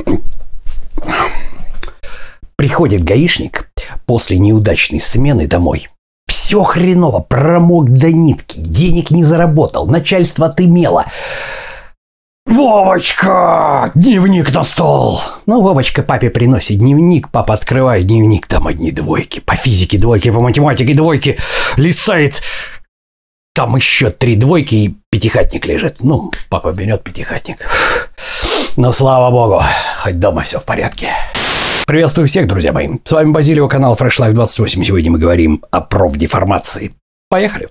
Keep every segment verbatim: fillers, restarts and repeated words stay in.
Приходит гаишник после неудачной смены домой. Все хреново, промок до нитки, денег не заработал, начальство отымело. «Вовочка, дневник на стол!» Ну, Вовочка папе приносит дневник, папа открывает дневник, там одни двойки. По физике двойки, по математике двойки. Листает, там еще три двойки и пятихатник лежит. Ну, папа берет пятихатник. Но слава богу, хоть дома все в порядке. Приветствую всех, друзья мои. С вами Базилио, канал Fresh Life двадцать восемь. Сегодня мы говорим о профдеформации. Поехали!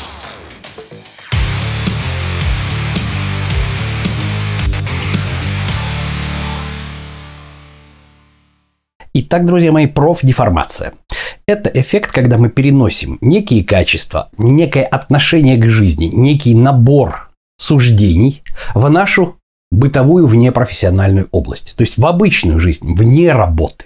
Итак, друзья мои, профдеформация. Это эффект, когда мы переносим некие качества, некое отношение к жизни, некий набор суждений в нашу бытовую внепрофессиональную область. То есть в обычную жизнь, вне работы.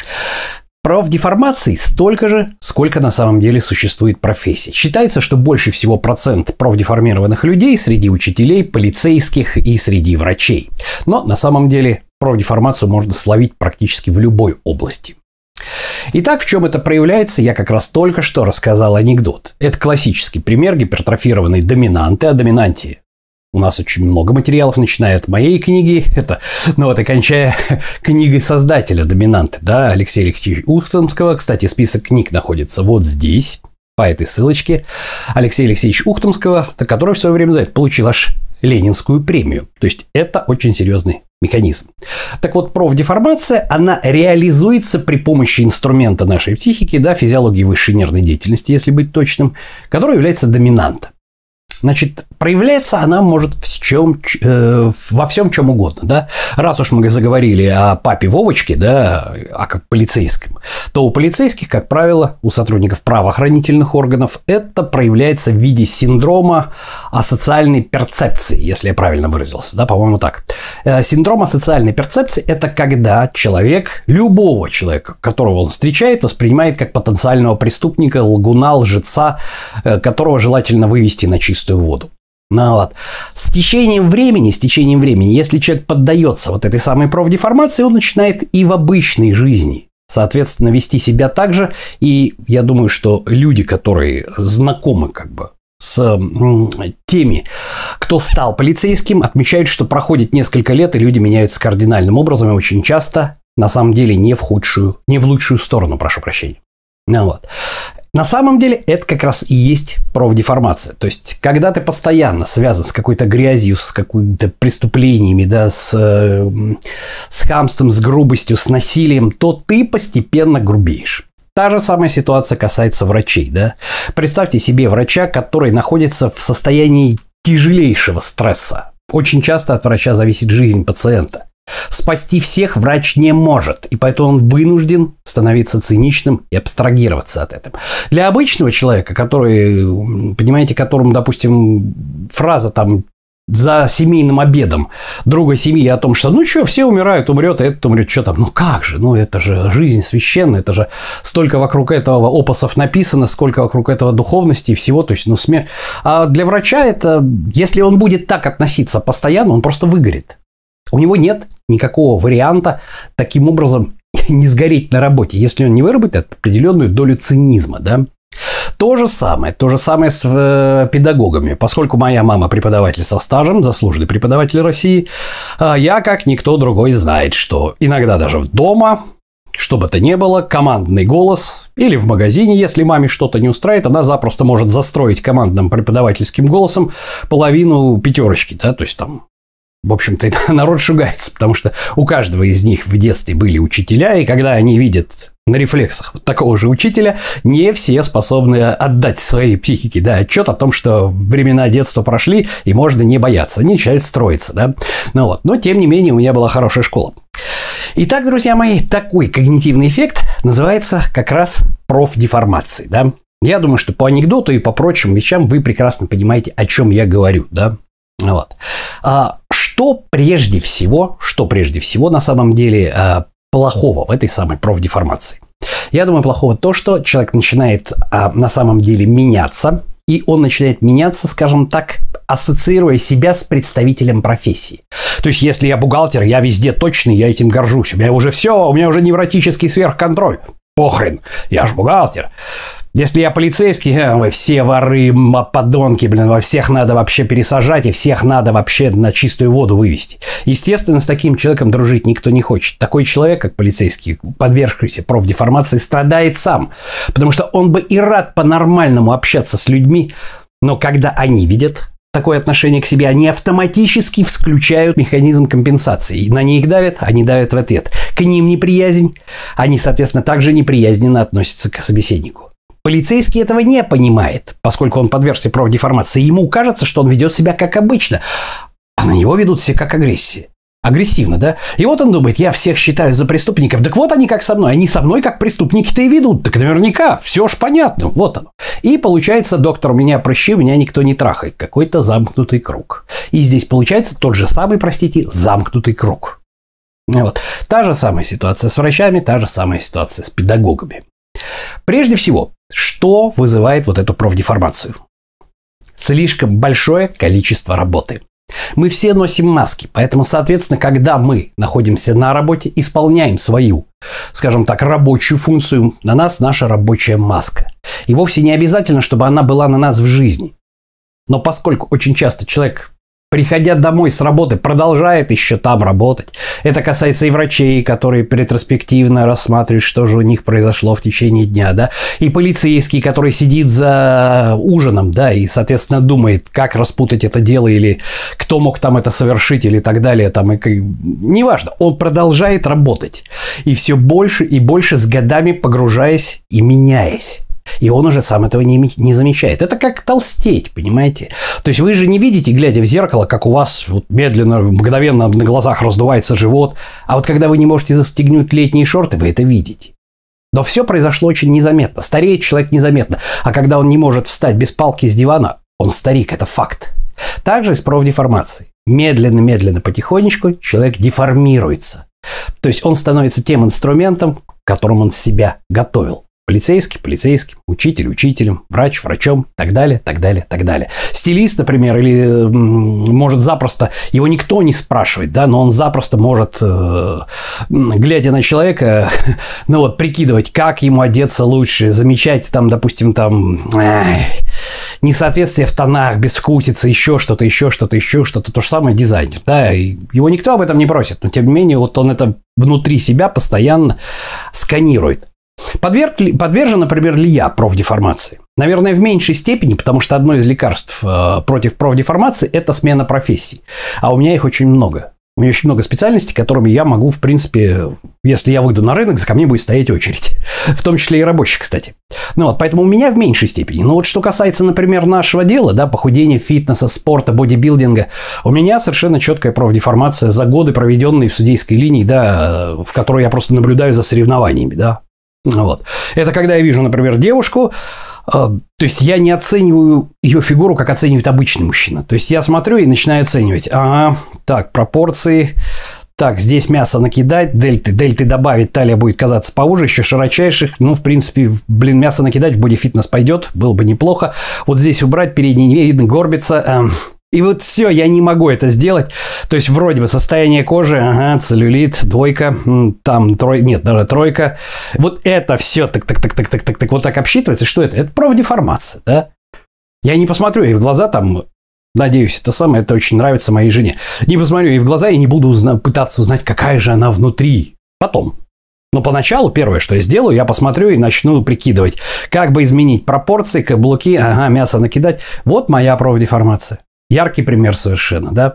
Профдеформаций столько же, сколько на самом деле существует профессий. Считается, что больше всего процент профдеформированных людей среди учителей, полицейских и среди врачей. Но на самом деле профдеформацию можно словить практически в любой области. Итак, в чем это проявляется, я как раз только что рассказал анекдот. Это классический пример гипертрофированной доминанты. О доминанте у нас очень много материалов, начиная от моей книги, это, ну вот, и кончая книгой создателя доминанты, да, Алексея Алексеевича Ухтомского. Кстати, список книг находится вот здесь, по этой ссылочке. Алексей Алексеевич Ухтомского, который в свое время за это получил аж Ленинскую премию. То есть это очень серьезный механизм. Так вот, профдеформация, она реализуется при помощи инструмента нашей психики, да, физиологии высшей нервной деятельности, если быть точным, который является доминанта. Значит, проявляется она может в чем, э, во всем чем угодно, да. Раз уж мы заговорили о папе Вовочке, да, о полицейском, то у полицейских, как правило, у сотрудников правоохранительных органов это проявляется в виде синдрома асоциальной перцепции, если я правильно выразился, да, по-моему, так. Синдром асоциальной перцепции – это когда человек, любого человека, которого он встречает, воспринимает как потенциального преступника, лгуна, лжеца, которого желательно вывести на чистую воду. Ну, вот. С течением времени, с течением времени, если человек поддается вот этой самой профдеформации, он начинает и в обычной жизни, соответственно, вести себя так же. И я думаю, что люди, которые знакомы как бы с теми, кто стал полицейским, отмечают, что проходит несколько лет, и люди меняются кардинальным образом, и очень часто, на самом деле, не в худшую, не в лучшую сторону, прошу прощения. Ну, вот. На самом деле это как раз и есть профдеформация. То есть, когда ты постоянно связан с какой-то грязью, с какими-то преступлениями, да, с, с хамством, с грубостью, с насилием, то ты постепенно грубеешь. Та же самая ситуация касается врачей. Да? Представьте себе врача, который находится в состоянии тяжелейшего стресса. Очень часто от врача зависит жизнь пациента. Спасти всех врач не может, и поэтому он вынужден становиться циничным и абстрагироваться от этого. Для обычного человека, который, понимаете, которому, допустим, фраза там за семейным обедом друга семьи о том, что ну что, все умирают, умрет, и этот умрет, что там, ну как же, ну это же жизнь священная, это же столько вокруг этого опусов написано, сколько вокруг этого духовности и всего, то есть, ну смерть. А для врача это, если он будет так относиться постоянно, он просто выгорит. У него нет никакого варианта таким образом не сгореть на работе, если он не выработает определенную долю цинизма, да. То же самое, то же самое с э, педагогами. Поскольку моя мама преподаватель со стажем, заслуженный преподаватель России, э, я, как никто другой, знает, что иногда даже дома, что бы то ни было, командный голос или в магазине, если маме что-то не устраивает, она запросто может застроить командным преподавательским голосом половину пятерочки, да, то есть там. В общем-то, народ шугается, потому что у каждого из них в детстве были учителя, и когда они видят на рефлексах вот такого же учителя, не все способны отдать своей психике, да, отчет о том, что времена детства прошли, и можно не бояться. Они начинают строиться, да. Ну вот. Но, тем не менее, у меня была хорошая школа. Итак, друзья мои, такой когнитивный эффект называется как раз профдеформацией, да. Я думаю, что по анекдоту и по прочим вещам вы прекрасно понимаете, о чем я говорю, да. Вот. А что прежде всего, что прежде всего на самом деле а, плохого в этой самой профдеформации? Я думаю, плохого то, что человек начинает а, на самом деле меняться, и он начинает меняться, скажем так, ассоциируя себя с представителем профессии. То есть, если я бухгалтер, я везде точный, я этим горжусь. У меня уже все, у меня уже невротический сверхконтроль. Похрен, я ж бухгалтер. Если я полицейский, э, вы все воры, подонки, блин, во всех надо вообще пересажать, и всех надо вообще на чистую воду вывести. Естественно, с таким человеком дружить никто не хочет. Такой человек, как полицейский, подвергшийся профдеформации, страдает сам. Потому что он бы и рад по-нормальному общаться с людьми, но когда они видят такое отношение к себе, они автоматически включают механизм компенсации. И на них давят, они давят в ответ. К ним неприязнь, они, соответственно, также неприязненно относятся к собеседнику. Полицейский этого не понимает, поскольку он подвергся профдеформации. Ему кажется, что он ведет себя как обычно, а на него ведут все как агрессия. Агрессивно, да? И вот он думает, я всех считаю за преступников. Так вот они как со мной. Они со мной как преступники-то и ведут. Так наверняка. Все ж понятно. Вот оно. И получается, доктор, у меня прыщи, меня никто не трахает. Какой-то замкнутый круг. И здесь получается тот же самый, простите, замкнутый круг. Вот. Та же самая ситуация с врачами, та же самая ситуация с педагогами. Прежде всего, что вызывает вот эту профдеформацию? Слишком большое количество работы. Мы все носим маски, поэтому, соответственно, когда мы находимся на работе, исполняем свою, скажем так, рабочую функцию, на нас наша рабочая маска. И вовсе не обязательно, чтобы она была на нас в жизни. Но поскольку очень часто человек, приходя домой с работы, продолжает еще там работать. Это касается и врачей, которые ретроспективно рассматривают, что же у них произошло в течение дня, да, и полицейский, который сидит за ужином, да, и, соответственно, думает, как распутать это дело, или кто мог там это совершить, или так далее, там, и неважно, он продолжает работать, и все больше и больше с годами погружаясь и меняясь. И он уже сам этого не, не замечает. Это как толстеть, понимаете? То есть вы же не видите, глядя в зеркало, как у вас вот медленно, мгновенно на глазах раздувается живот. А вот когда вы не можете застегнуть летние шорты, вы это видите. Но все произошло очень незаметно. Стареет человек незаметно. А когда он не может встать без палки с дивана, он старик, это факт. Также и с профдеформацией. Медленно-медленно, потихонечку человек деформируется. То есть он становится тем инструментом, к которому он себя готовил. Полицейский, полицейским, учитель, учителем, врач, врачом, так далее, так далее, так далее. Стилист, например, или может запросто, его никто не спрашивает, да, но он запросто может, э, глядя на человека, ну вот, прикидывать, как ему одеться лучше, замечать там, допустим, там э, несоответствие в тонах, безвкусица, еще что-то, еще что-то, еще что-то. То же самое дизайнер, да, и его никто об этом не просит, но тем не менее, вот он это внутри себя постоянно сканирует. Подверг, подвержен, например, ли я профдеформации? Наверное, в меньшей степени, потому что одно из лекарств э, против профдеформации – это смена профессий. А у меня их очень много. У меня очень много специальностей, которыми я могу, в принципе, если я выйду на рынок, ко мне будет стоять очередь. В том числе и рабочих, кстати. Ну вот, поэтому у меня в меньшей степени. Но вот что касается, например, нашего дела, да, похудения, фитнеса, спорта, бодибилдинга, у меня совершенно четкая профдеформация за годы, проведенные в судейской линии, да, в которой я просто наблюдаю за соревнованиями, да. Вот. Это когда я вижу, например, девушку, э, то есть я не оцениваю ее фигуру, как оценивает обычный мужчина. То есть я смотрю и начинаю оценивать. Ага, так, пропорции. Так, здесь мясо накидать, дельты, дельты добавить, талия будет казаться поуже, еще широчайших. Ну, в принципе, блин, мясо накидать в бодифитнес пойдет, было бы неплохо. Вот здесь убрать, передний не видно, горбится. Э, И вот все, я не могу это сделать. То есть, вроде бы состояние кожи, ага, целлюлит, двойка, там тройка, нет, даже тройка. Вот это все так, так, так, так, так, так, так, вот так обсчитывается. Что это? Это профдеформация, да? Я не посмотрю ей в глаза, там, надеюсь, это самое, это очень нравится моей жене. Не посмотрю ей в глаза и не буду узна- пытаться узнать, какая же она внутри. Потом. Но поначалу первое, что я сделаю, я посмотрю и начну прикидывать, как бы изменить пропорции, каблуки, ага, мясо накидать. Вот моя профдеформация. Яркий пример совершенно, да?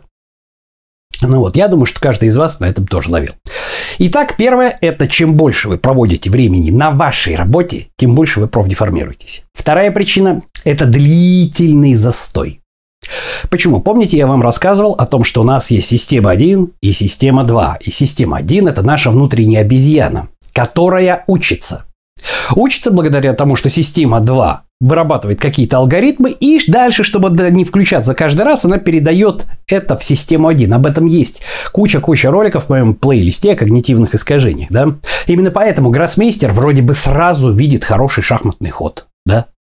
Ну вот, я думаю, что каждый из вас на этом тоже ловил. Итак, первое – это чем больше вы проводите времени на вашей работе, тем больше вы профдеформируетесь. Вторая причина – это длительный застой. Почему? Помните, я вам рассказывал о том, что у нас есть система один и система два. И система один – это наша внутренняя обезьяна, которая учится. Учится благодаря тому, что система два вырабатывает какие-то алгоритмы, и дальше, чтобы не включаться каждый раз, она передает это в систему один. Об этом есть куча-куча роликов в моем плейлисте о когнитивных искажениях. Да? Именно поэтому гроссмейстер вроде бы сразу видит хороший шахматный ход. Да?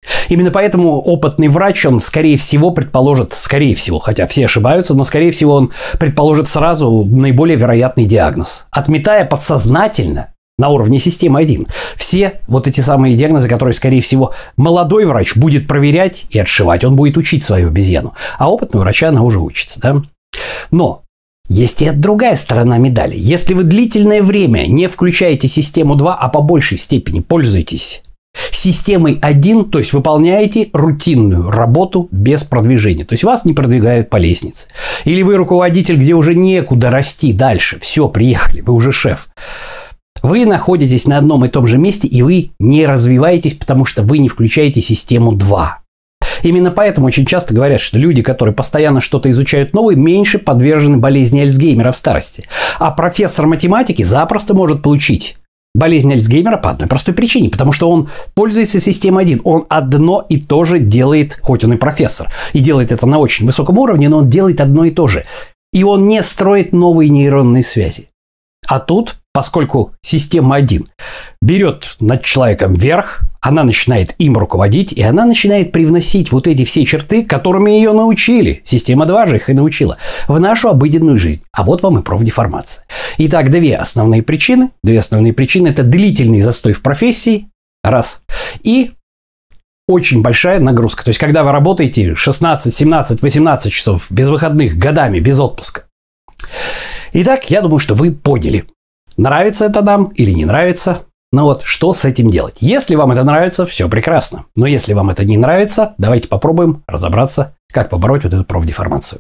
Именно поэтому опытный врач, он, скорее всего, предположит, скорее всего, хотя все ошибаются, но, скорее всего, он предположит сразу наиболее вероятный диагноз, отметая подсознательно на уровне системы один все вот эти самые диагнозы, которые, скорее всего, молодой врач будет проверять и отшивать. Он будет учить свою обезьяну. А опытного врача она уже учится, да? Но есть и другая сторона медали. Если вы длительное время не включаете систему два, а по большей степени пользуетесь системой один, то есть выполняете рутинную работу без продвижения. То есть вас не продвигают по лестнице. Или вы руководитель, где уже некуда расти дальше. Все, приехали, вы уже шеф. Вы находитесь на одном и том же месте, и вы не развиваетесь, потому что вы не включаете систему два. Именно поэтому очень часто говорят, что люди, которые постоянно что-то изучают новое, меньше подвержены болезни Альцгеймера в старости. А профессор математики запросто может получить болезнь Альцгеймера по одной простой причине, потому что он пользуется системой один. Он одно и то же делает, хоть он и профессор, и делает это на очень высоком уровне, но он делает одно и то же. И он не строит новые нейронные связи. А тут, поскольку система один берет над человеком верх, она начинает им руководить, и она начинает привносить вот эти все черты, которыми ее научили. Система два же их и научила. В нашу обыденную жизнь. А вот вам и профдеформация. Итак, две основные причины. Две основные причины – это длительный застой в профессии. Раз. И очень большая нагрузка. То есть, когда вы работаете шестнадцать, семнадцать, восемнадцать часов без выходных, годами, без отпуска. Итак, я думаю, что вы поняли, нравится это нам или не нравится. Ну вот, что с этим делать? Если вам это нравится, все прекрасно. Но если вам это не нравится, давайте попробуем разобраться, как побороть вот эту профдеформацию.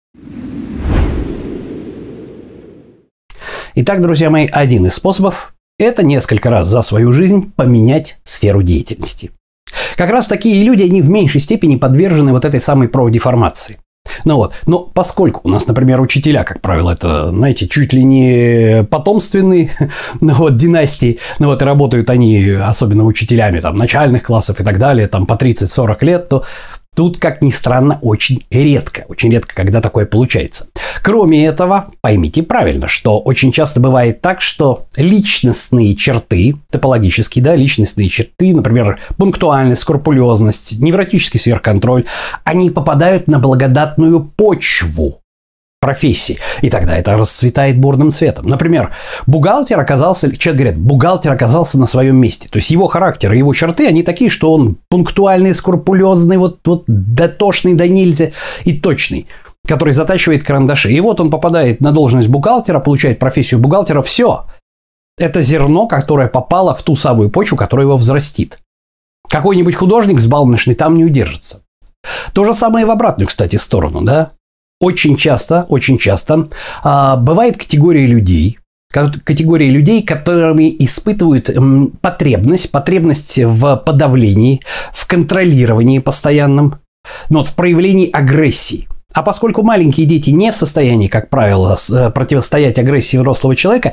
Итак, друзья мои, один из способов – это несколько раз за свою жизнь поменять сферу деятельности. Как раз такие люди, они в меньшей степени подвержены вот этой самой профдеформации. Ну вот, но поскольку у нас, например, учителя, как правило, это, знаете, чуть ли не потомственные ну вот, династии, ну вот, и работают они, особенно учителями там, начальных классов и так далее, там по тридцать-сорок лет, то тут, как ни странно, очень редко, очень редко, когда такое получается. Кроме этого, поймите правильно, что очень часто бывает так, что личностные черты, топологические, да, личностные черты, например, пунктуальность, скрупулезность, невротический сверхконтроль, они попадают на благодатную почву профессии. И тогда это расцветает бурным цветом. Например, бухгалтер оказался, человек говорит, бухгалтер оказался на своем месте. То есть его характер, его черты, они такие, что он пунктуальный, скрупулезный, вот, вот дотошный до нельзя и точный, который затачивает карандаши. И вот он попадает на должность бухгалтера, получает профессию бухгалтера. Все. Это зерно, которое попало в ту самую почву, которая его взрастит. Какой-нибудь художник взбалмошный там не удержится. То же самое и в обратную, кстати, сторону, да? Очень часто, очень часто а, бывает категория людей, категория людей, которыми испытывают м, потребность, потребность в подавлении, в контролировании постоянном, но вот в проявлении агрессии. А поскольку маленькие дети не в состоянии, как правило, противостоять агрессии взрослого человека,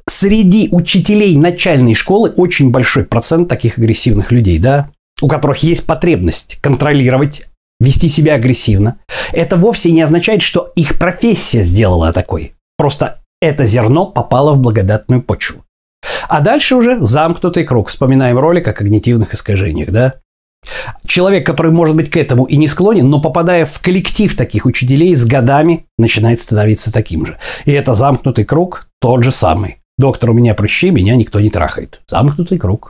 среди учителей начальной школы очень большой процент таких агрессивных людей, да, у которых есть потребность контролировать, вести себя агрессивно. Это вовсе не означает, что их профессия сделала такой. Просто это зерно попало в благодатную почву. А дальше уже замкнутый круг. Вспоминаем ролик о когнитивных искажениях, да? Человек, который, может быть, к этому и не склонен, но попадая в коллектив таких учителей, с годами начинает становиться таким же. И это замкнутый круг тот же самый. Доктор, у меня прыщи, меня никто не трахает. Замкнутый круг.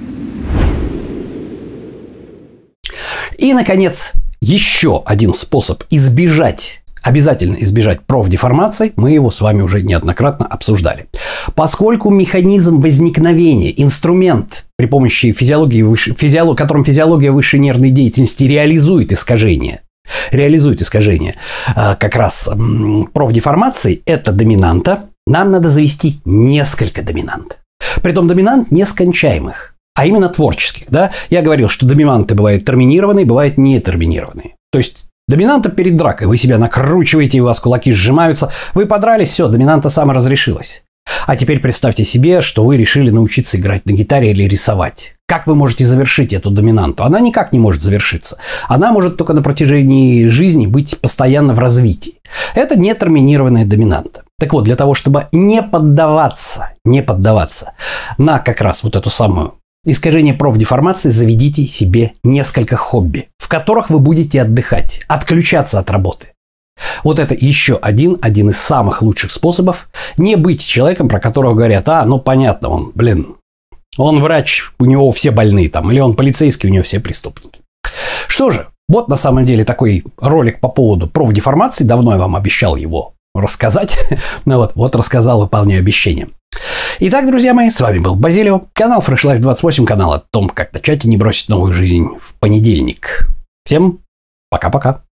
И, наконец, еще один способ избежать, обязательно избежать профдеформации, мы его с вами уже неоднократно обсуждали. Поскольку механизм возникновения, инструмент, при помощи физиологии, выше, физиолог, которым физиология высшей нервной деятельности реализует искажения, реализует искажения как раз профдеформации, это доминанта, нам надо завести несколько доминант. Притом доминант нескончаемых. А именно творческих, да? Я говорил, что доминанты бывают терминированные, бывают не терминированные. То есть доминанта перед дракой. Вы себя накручиваете, у вас кулаки сжимаются. Вы подрались, все, доминанта саморазрешилась. А теперь представьте себе, что вы решили научиться играть на гитаре или рисовать. Как вы можете завершить эту доминанту? Она никак не может завершиться. Она может только на протяжении жизни быть постоянно в развитии. Это не терминированная доминанта. Так вот, для того, чтобы не поддаваться, не поддаваться на как раз вот эту самую искажения профдеформации заведите себе несколько хобби, в которых вы будете отдыхать, отключаться от работы. Вот это еще один, один из самых лучших способов не быть человеком, про которого говорят: а, ну понятно, он, блин, он врач, у него все больные там, или он полицейский, у него все преступники. Что же, вот на самом деле такой ролик по поводу профдеформации, давно я вам обещал его рассказать, ну вот, вот рассказал, выполняю обещание. Итак, друзья мои, с вами был Базилио, канал Fresh Life двадцать восемь, канал о том, как начать и не бросить новую жизнь в понедельник. Всем пока-пока.